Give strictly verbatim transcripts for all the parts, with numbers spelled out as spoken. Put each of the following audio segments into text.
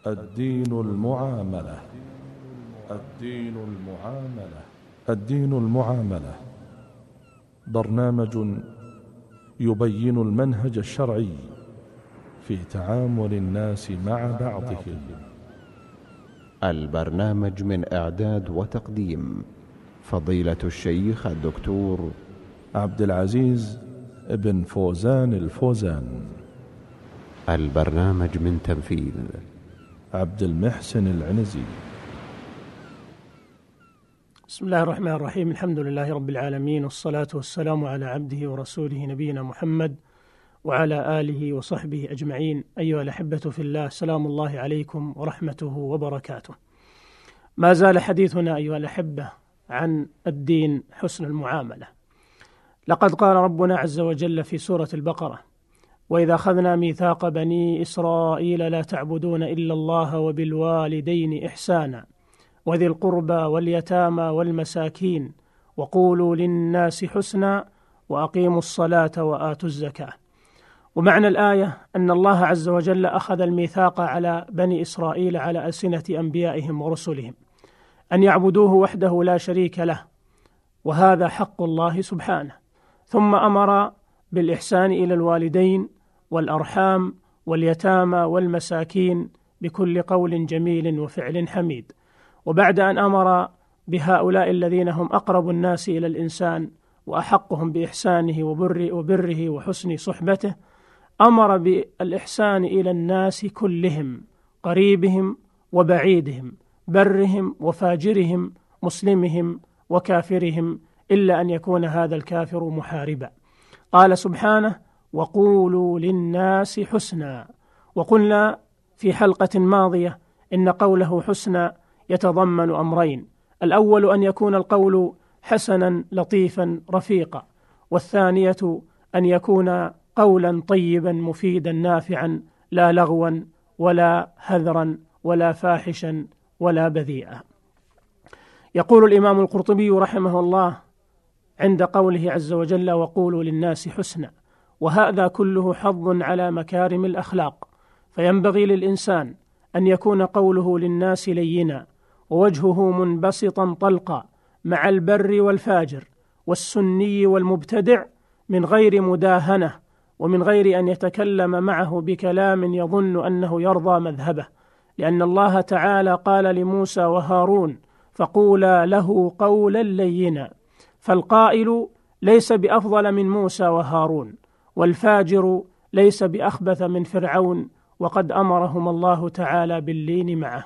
الدين المعاملة. الدين المعاملة. الدين المعاملة برنامج يبين المنهج الشرعي في تعامل الناس مع بعضهم. البرنامج من إعداد وتقديم فضيلة الشيخ الدكتور عبد العزيز بن فوزان الفوزان. البرنامج من تنفيذ عبد المحسن العنزي. بسم الله الرحمن الرحيم. الحمد لله رب العالمين، والصلاة والسلام على عبده ورسوله نبينا محمد وعلى آله وصحبه أجمعين. أيها الأحبة في الله، سلام الله عليكم ورحمته وبركاته. ما زال حديثنا أيها الأحبة عن الدين حسن المعاملة. لقد قال ربنا عز وجل في سورة البقرة: وإذا أخذنا ميثاق بني إسرائيل لا تعبدون إلا الله وبالوالدين إحسانا وذي القربى واليتامى والمساكين وقولوا للناس حسنا وأقيموا الصلاة وآتوا الزكاة. ومعنى الآية أن الله عز وجل أخذ الميثاق على بني إسرائيل على ألسنة أنبيائهم ورسلهم أن يعبدوه وحده لا شريك له، وهذا حق الله سبحانه. ثم أمر بالإحسان إلى الوالدين والأرحام واليتامى والمساكين بكل قول جميل وفعل حميد. وبعد أن أمر بهؤلاء الذين هم أقرب الناس إلى الإنسان وأحقهم بإحسانه وبره, وبره وحسن صحبته، أمر بالإحسان إلى الناس كلهم، قريبهم وبعيدهم، برهم وفاجرهم، مسلمهم وكافرهم، إلا أن يكون هذا الكافر محاربا. قال سبحانه: وقولوا للناس حسنا. وقلنا في حلقة ماضية إن قوله حسنا يتضمن أمرين: الأول أن يكون القول حسنا لطيفا رفيقا، والثانية أن يكون قولا طيبا مفيدا نافعا، لا لغوا ولا هذرا ولا فاحشا ولا بذيئا. يقول الإمام القرطبي رحمه الله عند قوله عز وجل: وقولوا للناس حسنا، وهذا كله حظ على مكارم الأخلاق، فينبغي للإنسان أن يكون قوله للناس لينا ووجهه منبسطا طلقا مع البر والفاجر والسني والمبتدع، من غير مداهنة ومن غير أن يتكلم معه بكلام يظن أنه يرضى مذهبه، لأن الله تعالى قال لموسى وهارون: فقولا له قولا لينا. فالقائل ليس بأفضل من موسى وهارون، والفاجر ليس بأخبث من فرعون، وقد أمرهم الله تعالى باللين معه.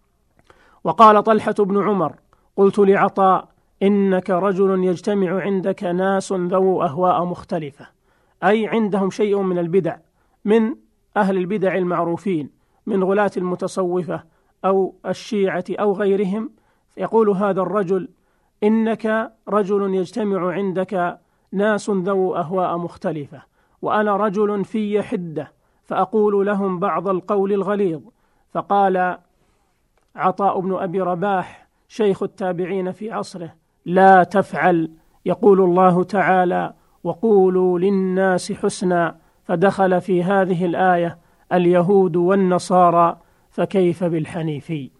وقال طلحة بن عمر: قلت لعطاء: إنك رجل يجتمع عندك ناس ذو أهواء مختلفة، أي عندهم شيء من البدع، من أهل البدع المعروفين من غلاة المتصوفة أو الشيعة أو غيرهم. يقول هذا الرجل: إنك رجل يجتمع عندك ناس ذو أهواء مختلفة، وأنا رجل في حدة فأقول لهم بعض القول الغليظ. فقال عطاء بن أبي رباح شيخ التابعين في عصره: لا تفعل، يقول الله تعالى: وقولوا للناس حسنا، فدخل في هذه الآية اليهود والنصارى، فكيف بالحنيفي؟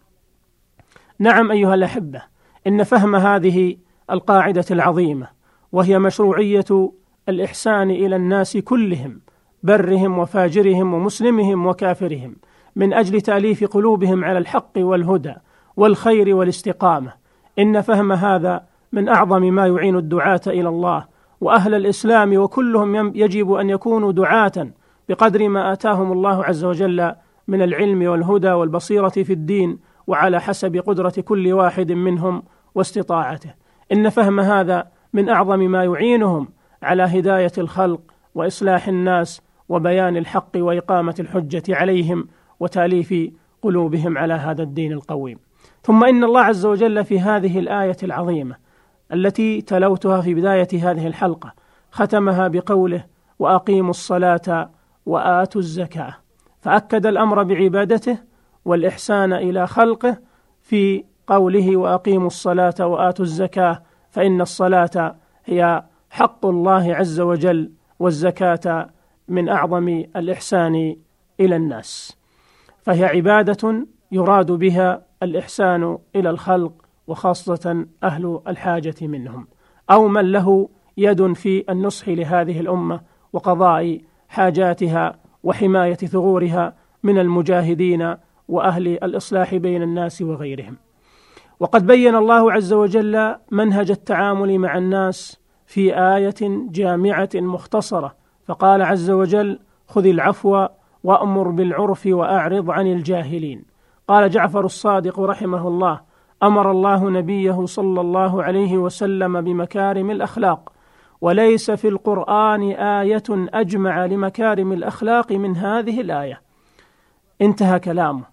نعم أيها الأحبة، إن فهم هذه القاعدة العظيمة، وهي مشروعية الإحسان إلى الناس كلهم، برهم وفاجرهم ومسلمهم وكافرهم، من أجل تأليف قلوبهم على الحق والهدى والخير والاستقامة، إن فهم هذا من أعظم ما يعين الدعاة إلى الله وأهل الإسلام، وكلهم يجب أن يكونوا دعاة بقدر ما آتاهم الله عز وجل من العلم والهدى والبصيرة في الدين، وعلى حسب قدرة كل واحد منهم واستطاعته. إن فهم هذا من أعظم ما يعينهم على هداية الخلق وإصلاح الناس وبيان الحق وإقامة الحجة عليهم وتأليف قلوبهم على هذا الدين القويم. ثم إن الله عز وجل في هذه الآية العظيمة التي تلوتها في بداية هذه الحلقة ختمها بقوله: وأقيموا الصلاة وآتوا الزكاة، فأكد الأمر بعبادته والإحسان إلى خلقه في قوله: وأقيموا الصلاة وآتوا الزكاة، فإن الصلاة هي حق الله عز وجل، والزكاة من أعظم الإحسان إلى الناس. فهي عبادة يراد بها الإحسان إلى الخلق وخاصة أهل الحاجة منهم، أو من له يد في النصح لهذه الأمة وقضاء حاجاتها وحماية ثغورها من المجاهدين وأهل الإصلاح بين الناس وغيرهم. وقد بين الله عز وجل منهج التعامل مع الناس في آية جامعة مختصرة، فقال عز وجل: خذ العفو وأمر بالعرف وأعرض عن الجاهلين. قال جعفر الصادق رحمه الله: أمر الله نبيه صلى الله عليه وسلم بمكارم الأخلاق، وليس في القرآن آية أجمع لمكارم الأخلاق من هذه الآية. انتهى كلامه.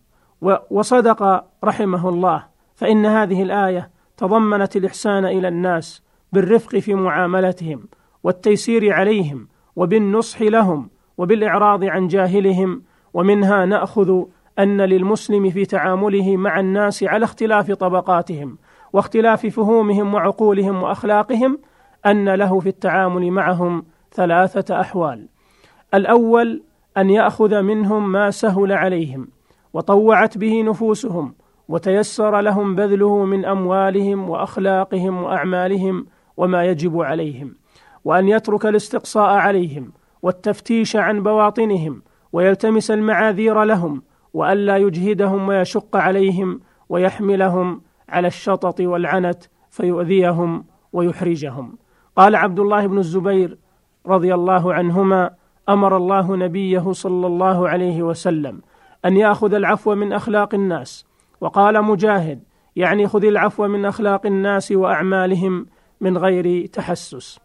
وصدق رحمه الله، فإن هذه الآية تضمنت الإحسان إلى الناس بالرفق في معاملتهم والتيسير عليهم وبالنصح لهم وبالإعراض عن جاهلهم. ومنها نأخذ أن للمسلم في تعامله مع الناس على اختلاف طبقاتهم واختلاف فهومهم وعقولهم وأخلاقهم أن له في التعامل معهم ثلاثة أحوال. الأول أن يأخذ منهم ما سهل عليهم وطوعت به نفوسهم وتيسر لهم بذله من أموالهم وأخلاقهم وأعمالهم وما يجب عليهم، وأن يترك الاستقصاء عليهم والتفتيش عن بواطنهم ويلتمس المعاذير لهم، وألا يجهدهم ويشق عليهم ويحملهم على الشطط والعنت فيؤذيهم ويحرجهم. قال عبد الله بن الزبير رضي الله عنهما: أمر الله نبيه صلى الله عليه وسلم أن يأخذ العفو من أخلاق الناس. وقال مجاهد: يعني خذ العفو من أخلاق الناس وأعمالهم من غير تحسس.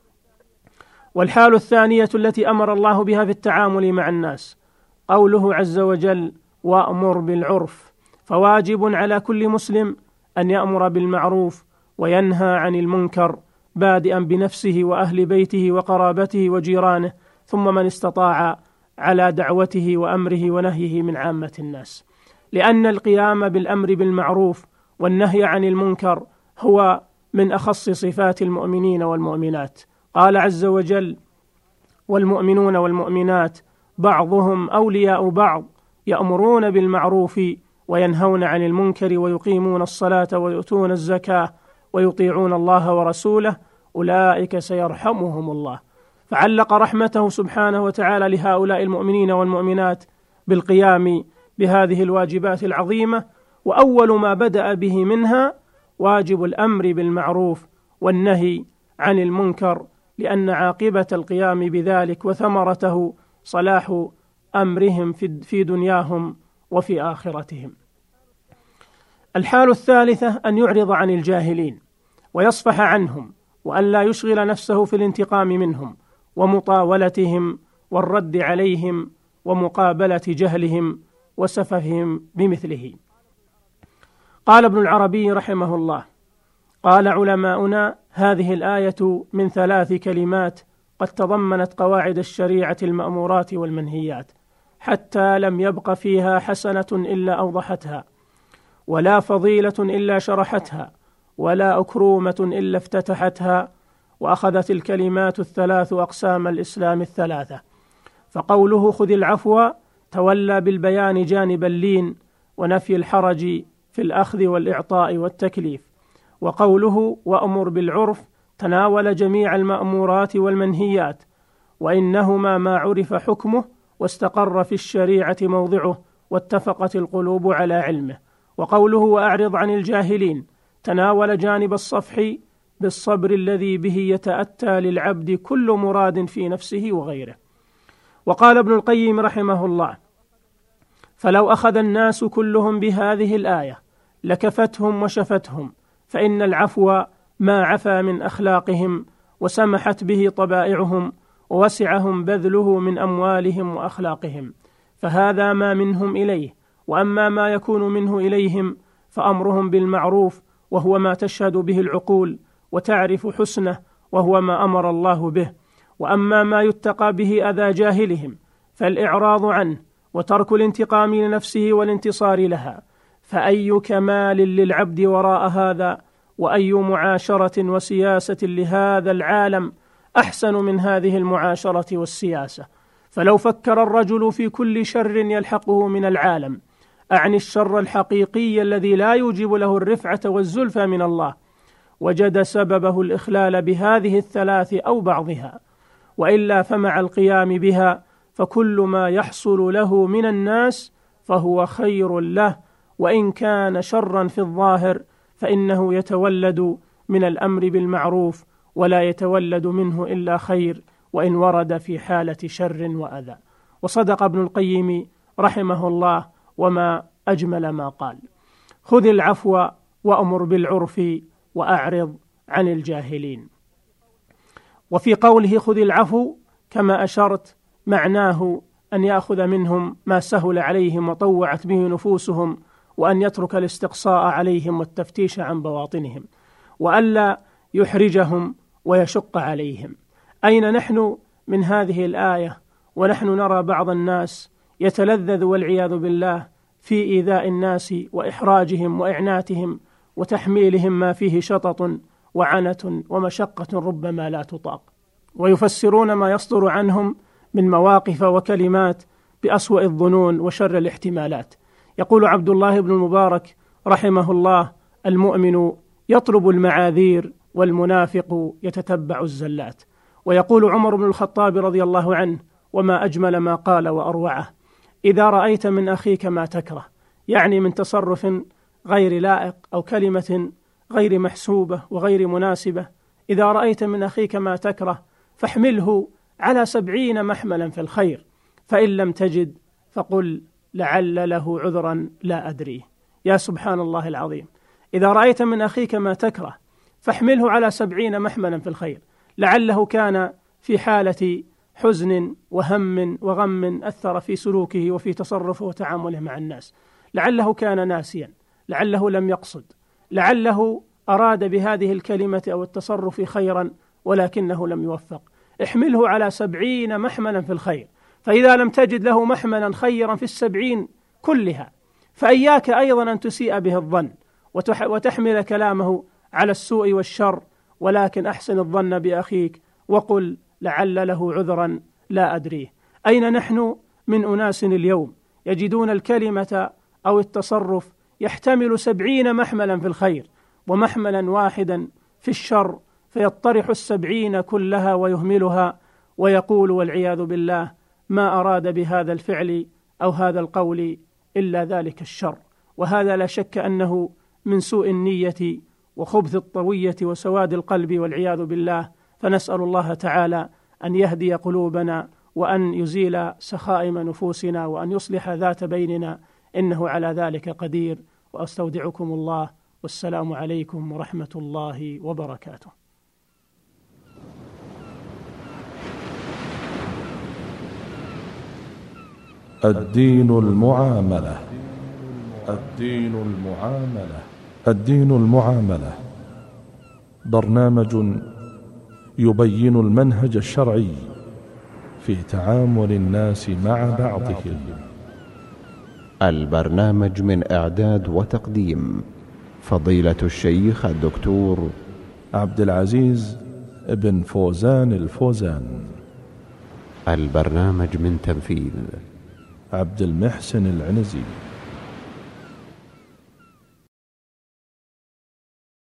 والحال الثانية التي أمر الله بها في التعامل مع الناس قوله عز وجل: وأمر بالعرف. فواجب على كل مسلم أن يأمر بالمعروف وينهى عن المنكر، بادئا بنفسه وأهل بيته وقرابته وجيرانه، ثم من استطاع على دعوته وأمره ونهيه من عامة الناس، لأن القيام بالأمر بالمعروف والنهي عن المنكر هو من أخص صفات المؤمنين والمؤمنات. قال عز وجل: والمؤمنون والمؤمنات بعضهم أولياء بعض يأمرون بالمعروف وينهون عن المنكر ويقيمون الصلاة ويؤتون الزكاة ويطيعون الله ورسوله أولئك سيرحمهم الله. فعلق رحمته سبحانه وتعالى لهؤلاء المؤمنين والمؤمنات بالقيام بهذه الواجبات العظيمة، وأول ما بدأ به منها واجب الأمر بالمعروف والنهي عن المنكر، لأن عاقبة القيام بذلك وثمرته صلاح أمرهم في دنياهم وفي آخرتهم. الحال الثالثة أن يعرض عن الجاهلين ويصفح عنهم، وأن لا يشغل نفسه في الانتقام منهم ومطاولتهم والرد عليهم ومقابلة جهلهم وسفههم بمثله. قال ابن العربي رحمه الله: قال علماؤنا: هذه الآية من ثلاث كلمات قد تضمنت قواعد الشريعة المأمورات والمنهيات، حتى لم يبق فيها حسنة إلا أوضحتها، ولا فضيلة إلا شرحتها، ولا أكرومة إلا افتتحتها، وأخذت الكلمات الثلاث أقسام الإسلام الثلاثة. فقوله خذ العفو تولى بالبيان جانب اللين ونفي الحرج في الأخذ والإعطاء والتكليف، وقوله وأمر بالعرف تناول جميع المأمورات والمنهيات، وإنهما ما عرف حكمه واستقر في الشريعة موضعه واتفقت القلوب على علمه. وقوله وأعرض عن الجاهلين تناول جانب الصفح بالصبر الذي به يتأتى للعبد كل مراد في نفسه وغيره. وقال ابن القيم رحمه الله: فلو أخذ الناس كلهم بهذه الآية لكفتهم وشفتهم، فإن العفو ما عفا من أخلاقهم وسمحت به طبائعهم ووسعهم بذله من أموالهم وأخلاقهم، فهذا ما منهم إليه. وأما ما يكون منه إليهم فأمرهم بالمعروف، وهو ما تشهد به العقول وتعرف حسنه، وهو ما أمر الله به. وأما ما يتقى به أذى جاهلهم فالإعراض عنه وترك الانتقام لنفسه والانتصار لها. فأي كمال للعبد وراء هذا، وأي معاشرة وسياسة لهذا العالم أحسن من هذه المعاشرة والسياسة. فلو فكر الرجل في كل شر يلحقه من العالم أعني الشر الحقيقي الذي لا يوجب له الرفعة والزلفى من الله، وجد سببه الإخلال بهذه الثلاث أو بعضها، وإلا فمع القيام بها فكل ما يحصل له من الناس فهو خير له، وإن كان شرا في الظاهر فإنه يتولد من الأمر بالمعروف ولا يتولد منه إلا خير، وإن ورد في حالة شر وأذى. وصدق ابن القيم رحمه الله وما أجمل ما قال: خذ العفو وأمر بالعرف وأعرض عن الجاهلين. وفي قوله خذ العفو كما أشرت معناه أن يأخذ منهم ما سهل عليهم وطوعت به نفوسهم، وأن يترك الاستقصاء عليهم والتفتيش عن بواطنهم، وألا يحرجهم ويشق عليهم. أين نحن من هذه الآية ونحن نرى بعض الناس يتلذذ والعياذ بالله في إيذاء الناس وإحراجهم وإعناتهم وتحميلهم ما فيه شطط وعنة ومشقة ربما لا تطاق، ويفسرون ما يصدر عنهم من مواقف وكلمات بأسوأ الظنون وشر الاحتمالات. يقول عبد الله بن المبارك رحمه الله: المؤمن يطلب المعاذير والمنافق يتتبع الزلات. ويقول عمر بن الخطاب رضي الله عنه وما أجمل ما قال وأروعه: إذا رأيت من أخيك ما تكره، يعني من تصرف غير لائق أو كلمة غير محسوبة وغير مناسبة، إذا رأيت من أخيك ما تكره فاحمله على سبعين محملا في الخير، فإن لم تجد فقل لعل له عذرا لا أدري. يا سبحان الله العظيم، إذا رأيت من أخيك ما تكره فاحمله على سبعين محملا في الخير، لعله كان في حالة حزن وهم وغم أثر في سلوكه وفي تصرفه وتعامله مع الناس، لعله كان ناسيا، لعله لم يقصد، لعله أراد بهذه الكلمة أو التصرف خيرا ولكنه لم يوفق. احمله على سبعين محملا في الخير، فإذا لم تجد له محملا خيرا في السبعين كلها فإياك أيضا أن تسيء به الظن وتحمل كلامه على السوء والشر، ولكن أحسن الظن بأخيك وقل لعل له عذرا لا أدريه. أين نحن من أناس اليوم يجدون الكلمة أو التصرف يحتمل سبعين محملا في الخير ومحملا واحدا في الشر، فيطرح السبعين كلها ويهملها ويقول والعياذ بالله ما أراد بهذا الفعل أو هذا القول إلا ذلك الشر. وهذا لا شك أنه من سوء النية وخبث الطوية وسواد القلب والعياذ بالله. فنسأل الله تعالى أن يهدي قلوبنا وأن يزيل سخائم نفوسنا وأن يصلح ذات بيننا، إنه على ذلك قدير. وأستودعكم الله، والسلام عليكم ورحمة الله وبركاته. الدين المعاملة. الدين المعاملة. الدين المعاملة برنامج يبين المنهج الشرعي في تعامل الناس مع بعضهم. البرنامج من إعداد وتقديم فضيلة الشيخ الدكتور عبد العزيز بن فوزان الفوزان. البرنامج من تنفيذ عبد المحسن العنزي.